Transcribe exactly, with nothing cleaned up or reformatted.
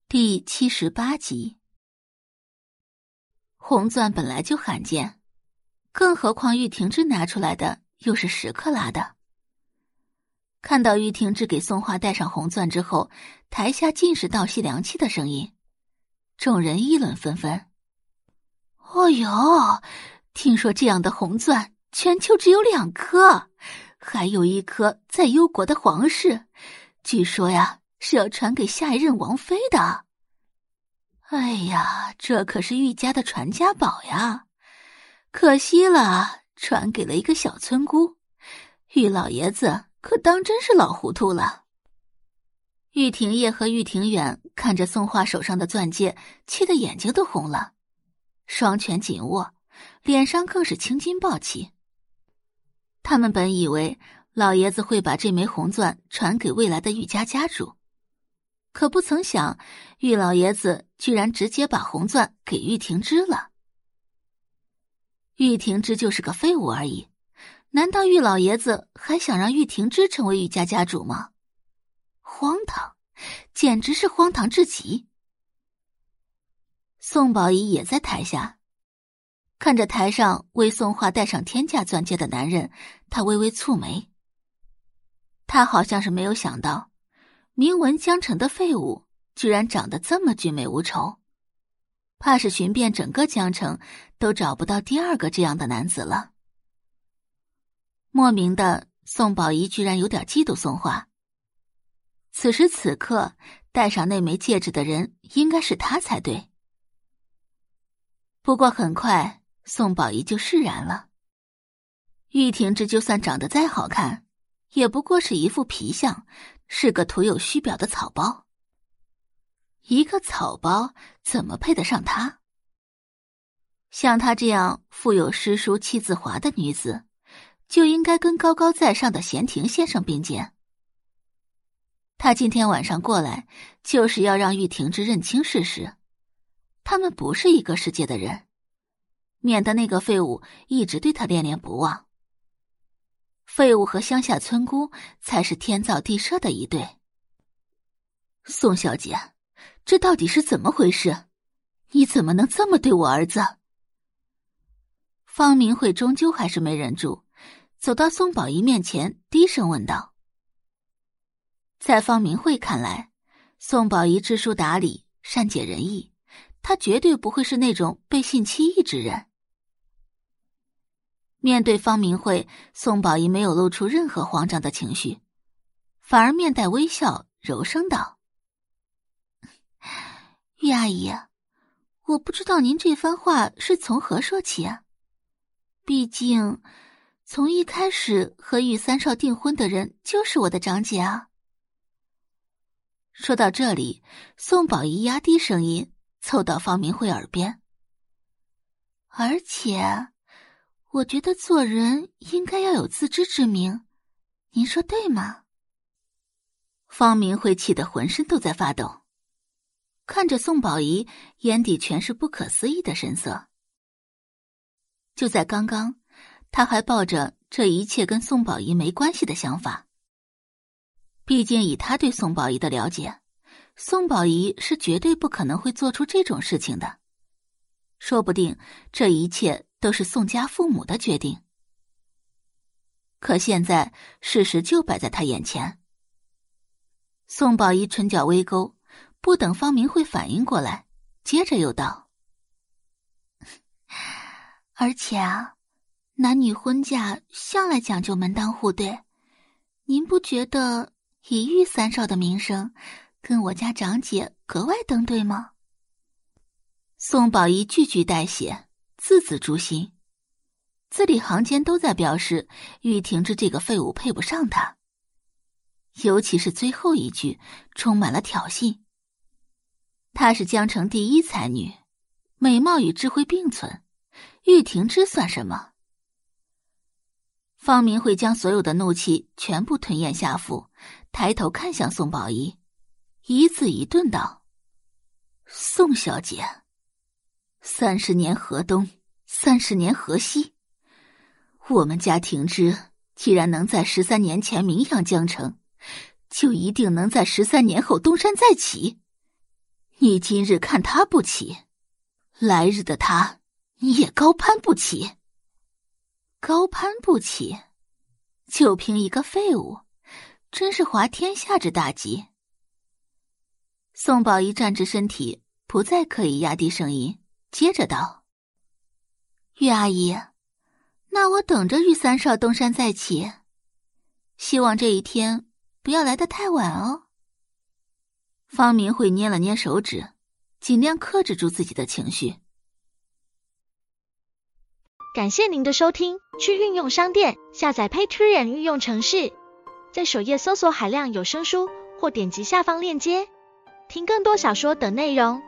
第七十八集。红钻本来就罕见，更何况玉婷芝拿出来的又是十克拉的。看到玉婷芝给宋画戴上红钻之后，台下尽是倒吸凉气的声音，众人议论纷纷。哦哟，听说这样的红钻全球只有两颗，还有一颗在忧国的皇室，据说呀是要传给下一任王妃的。哎呀，这可是玉家的传家宝呀，可惜了，传给了一个小村姑，玉老爷子可当真是老糊涂了。玉婷叶和玉婷远看着宋画手上的钻戒，气得眼睛都红了，双拳紧握，脸上更是青筋暴起。他们本以为老爷子会把这枚红钻传给未来的玉家家主，可不曾想玉老爷子居然直接把红钻给玉婷芝了。玉婷芝就是个废物而已，难道玉老爷子还想让玉婷芝成为玉家家主吗？荒唐，简直是荒唐至极。宋宝仪也在台下，看着台上为宋画戴上天价钻戒的男人，他微微蹙眉。他好像是没有想到，名闻江城的废物居然长得这么俊美无丑，怕是寻遍整个江城都找不到第二个这样的男子了。莫名的，宋宝仪居然有点嫉妒宋画。此时此刻戴上那枚戒指的人应该是他才对。不过很快宋宝仪就释然了。玉婷芝就算长得再好看，也不过是一副皮相，是个徒有虚表的草包。一个草包怎么配得上她？像她这样富有诗书气自华的女子，就应该跟高高在上的闲庭先生并肩。他今天晚上过来，就是要让玉婷芝认清事实，他们不是一个世界的人，免得那个废物一直对他恋恋不忘。废物和乡下村姑才是天造地设的一对。宋小姐，这到底是怎么回事？你怎么能这么对我儿子？方明慧终究还是没忍住，走到宋宝仪面前，低声问道。在方明慧看来，宋宝仪知书达理，善解人意，她绝对不会是那种背信弃义之人。面对方明慧，宋宝仪没有露出任何慌张的情绪，反而面带微笑，柔声道：玉阿姨，我不知道您这番话是从何说起啊？毕竟从一开始和玉三少订婚的人就是我的长姐啊。说到这里，宋宝仪压低声音凑到方明慧耳边，而且我觉得做人应该要有自知之明，您说对吗？方明慧气得浑身都在发抖，看着宋宝仪，眼底全是不可思议的神色。就在刚刚，他还抱着这一切跟宋宝仪没关系的想法。毕竟以他对宋宝仪的了解，宋宝仪是绝对不可能会做出这种事情的，说不定这一切都是宋家父母的决定。可现在事实就摆在他眼前。宋宝仪唇角微勾，不等方明慧反应过来，接着又道：而且啊，男女婚嫁向来讲究门当户对，您不觉得以玉三少的名声，跟我家长姐格外登对吗？宋宝仪句句带血，字字诛心，字里行间都在表示玉婷芝这个废物配不上她，尤其是最后一句充满了挑衅。她是江城第一才女，美貌与智慧并存，玉婷芝算什么？方明慧将所有的怒气全部吞咽下腹，抬头看向宋宝仪，一字一顿道：宋小姐，三十年河东，三十年河西，我们家婷芝既然能在十三年前名扬江城，就一定能在十三年后东山再起。 你今日看他不起，来日的他你也高攀不起。高攀不起，就凭一个废物，真是滑天下之大稽。宋宝仪站直身体，不再刻意压低声音，接着道：玉阿姨，那我等着玉三少东山再起，希望这一天不要来得太晚哦。方明慧捏了捏手指，尽量克制住自己的情绪。 感谢您的收听，去运用商店下载 Patreon 运用程式，在首页搜索海量有声书，或点击下方链接听更多小说等内容。